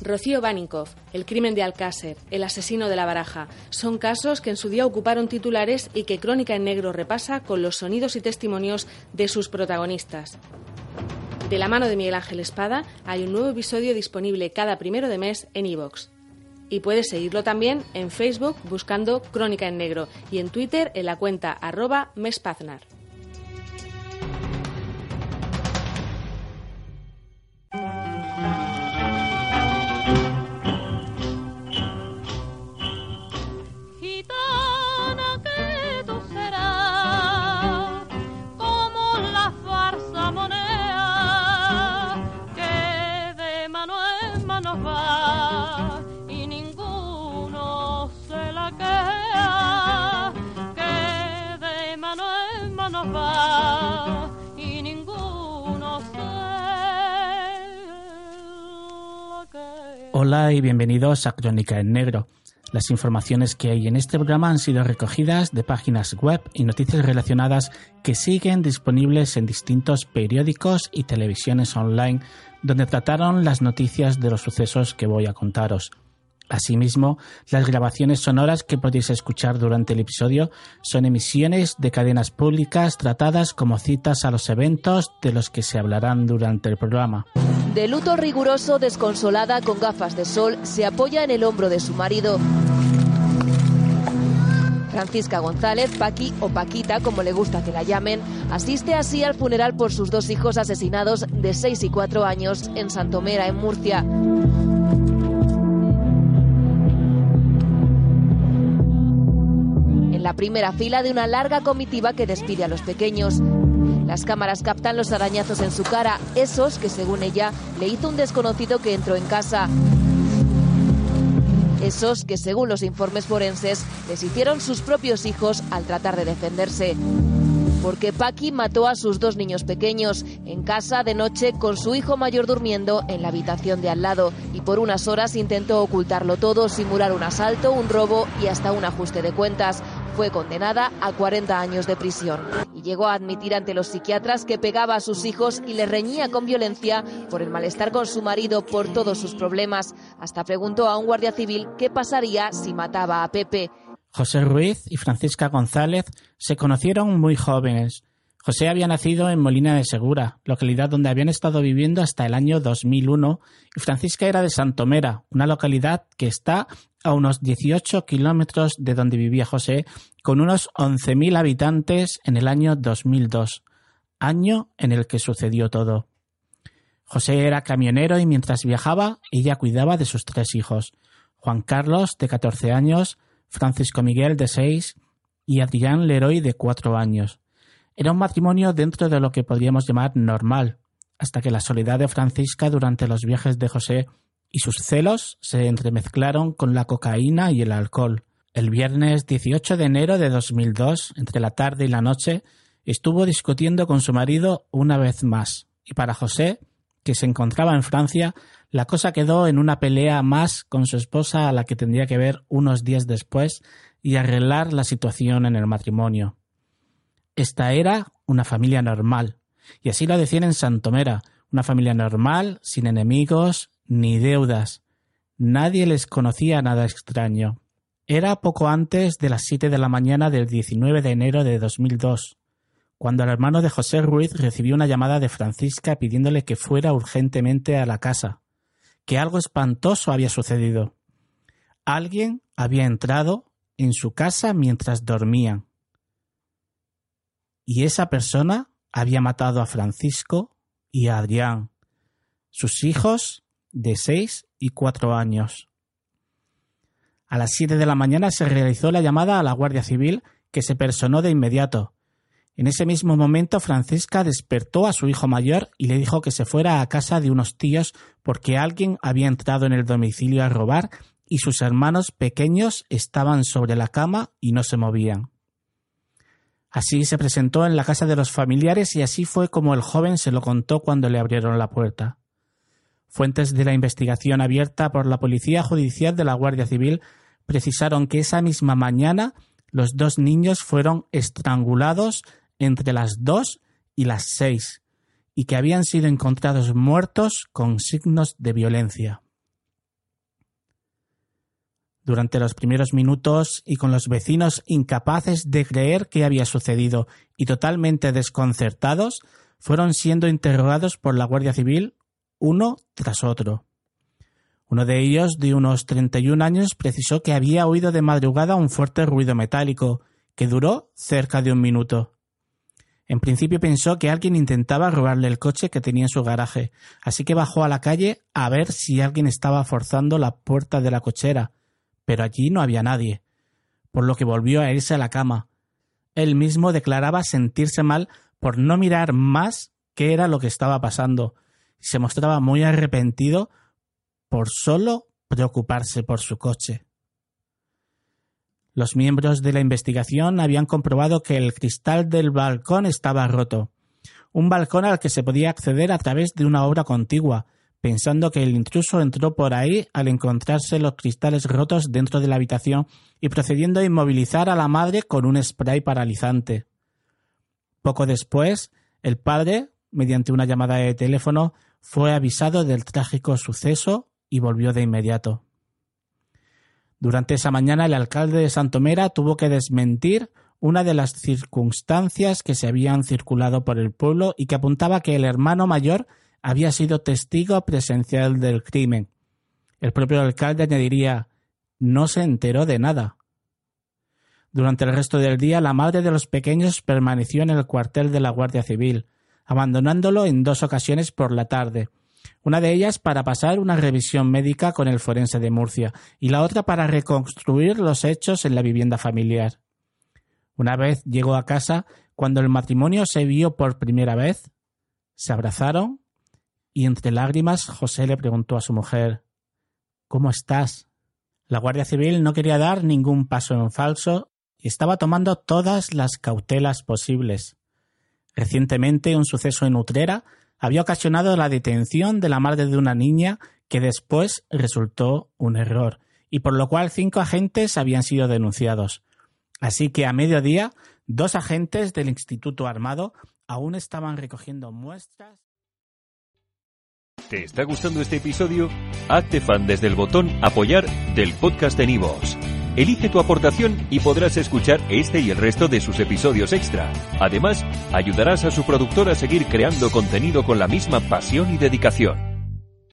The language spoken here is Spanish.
Rocío Baninkoff, el crimen de Alcácer, el asesino de la Baraja, son casos que en su día ocuparon titulares y que Crónica en Negro repasa con los sonidos y testimonios de sus protagonistas. De la mano de Miguel Ángel Espada hay un nuevo episodio disponible cada 1 de mes en iVoox. Y puedes seguirlo también en Facebook buscando Crónica en Negro y en Twitter en la cuenta @mespaznar. Hola y bienvenidos a Crónica en Negro. Las informaciones que hay en este programa han sido recogidas de páginas web y noticias relacionadas que siguen disponibles en distintos periódicos y televisiones online donde trataron las noticias de los sucesos que voy a contaros. Asimismo, las grabaciones sonoras que podéis escuchar durante el episodio son emisiones de cadenas públicas tratadas como citas a los eventos de los que se hablarán durante el programa. De luto riguroso, desconsolada, con gafas de sol, se apoya en el hombro de su marido. Francisca González, Paqui o Paquita, como le gusta que la llamen, asiste así al funeral por sus dos hijos asesinados de 6 y 4 años en Santomera, en Murcia. En la primera fila de una larga comitiva que despide a los pequeños. Las cámaras captan los arañazos en su cara, esos que según ella le hizo un desconocido que entró en casa. Esos que según los informes forenses les hicieron sus propios hijos al tratar de defenderse. Porque Paqui mató a sus 2 niños pequeños en casa de noche con su hijo mayor durmiendo en la habitación de al lado y por unas horas intentó ocultarlo todo, simular un asalto, un robo y hasta un ajuste de cuentas. Fue condenada a 40 años de prisión y llegó a admitir ante los psiquiatras que pegaba a sus hijos y les reñía con violencia por el malestar con su marido por todos sus problemas. Hasta preguntó a un guardia civil qué pasaría si mataba a Pepe. José Ruiz y Francisca González se conocieron muy jóvenes. José había nacido en Molina de Segura, localidad donde habían estado viviendo hasta el año 2001, y Francisca era de Santomera, una localidad que está a unos 18 kilómetros de donde vivía José, con unos 11.000 habitantes en el año 2002, año en el que sucedió todo. José era camionero y mientras viajaba, ella cuidaba de sus 3 hijos, Juan Carlos, de 14 años, Francisco Miguel, de 6, y Adrián Leroy, de 4 años. Era un matrimonio dentro de lo que podríamos llamar normal, hasta que la soledad de Francisca durante los viajes de José y sus celos se entremezclaron con la cocaína y el alcohol. El viernes 18 de enero de 2002, entre la tarde y la noche, estuvo discutiendo con su marido una vez más, y para José, que se encontraba en Francia, la cosa quedó en una pelea más con su esposa a la que tendría que ver unos días después y arreglar la situación en el matrimonio. Esta era una familia normal, y así lo decían en Santomera, una familia normal, sin enemigos ni deudas. Nadie les conocía nada extraño. Era poco antes de las 7 de la mañana del 19 de enero de 2002, cuando el hermano de José Ruiz recibió una llamada de Francisca pidiéndole que fuera urgentemente a la casa, que algo espantoso había sucedido. Alguien había entrado en su casa mientras dormían. Y esa persona había matado a Francisco y a Adrián, sus hijos de 6 y 4 años. A las 7 de la mañana se realizó la llamada a la Guardia Civil, que se personó de inmediato. En ese mismo momento, Francisca despertó a su hijo mayor y le dijo que se fuera a casa de unos tíos porque alguien había entrado en el domicilio a robar y sus hermanos pequeños estaban sobre la cama y no se movían. Así se presentó en la casa de los familiares y así fue como el joven se lo contó cuando le abrieron la puerta. Fuentes de la investigación abierta por la Policía Judicial de la Guardia Civil precisaron que esa misma mañana los 2 niños fueron estrangulados entre las 2 y las 6 y que habían sido encontrados muertos con signos de violencia. Durante los primeros minutos, y con los vecinos incapaces de creer qué había sucedido y totalmente desconcertados, fueron siendo interrogados por la Guardia Civil uno tras otro. Uno de ellos, de unos 31 años, precisó que había oído de madrugada un fuerte ruido metálico, que duró cerca de 1 minuto. En principio pensó que alguien intentaba robarle el coche que tenía en su garaje, así que bajó a la calle a ver si alguien estaba forzando la puerta de la cochera, pero allí no había nadie, por lo que volvió a irse a la cama. Él mismo declaraba sentirse mal por no mirar más qué era lo que estaba pasando, y se mostraba muy arrepentido por solo preocuparse por su coche. Los miembros de la investigación habían comprobado que el cristal del balcón estaba roto, un balcón al que se podía acceder a través de una obra contigua, pensando que el intruso entró por ahí al encontrarse los cristales rotos dentro de la habitación y procediendo a inmovilizar a la madre con un spray paralizante. Poco después, el padre, mediante una llamada de teléfono, fue avisado del trágico suceso y volvió de inmediato. Durante esa mañana, el alcalde de Santomera tuvo que desmentir una de las circunstancias que se habían circulado por el pueblo y que apuntaba que el hermano mayor había sido testigo presencial del crimen. El propio alcalde añadiría: no se enteró de nada. Durante el resto del día, la madre de los pequeños permaneció en el cuartel de la Guardia Civil, abandonándolo en 2 ocasiones por la tarde. Una de ellas para pasar una revisión médica con el forense de Murcia y la otra para reconstruir los hechos en la vivienda familiar. Una vez llegó a casa, cuando el matrimonio se vio por primera vez, se abrazaron y entre lágrimas José le preguntó a su mujer: ¿cómo estás? La Guardia Civil no quería dar ningún paso en falso y estaba tomando todas las cautelas posibles. Recientemente, un suceso en Utrera había ocasionado la detención de la madre de una niña que después resultó un error, y por lo cual 5 agentes habían sido denunciados. Así que a mediodía, 2 agentes del Instituto Armado aún estaban recogiendo muestras. ¿Te está gustando este episodio? Hazte fan desde el botón Apoyar del podcast de Nivos. Elige tu aportación y podrás escuchar este y el resto de sus episodios extra. Además, ayudarás a su productor a seguir creando contenido con la misma pasión y dedicación.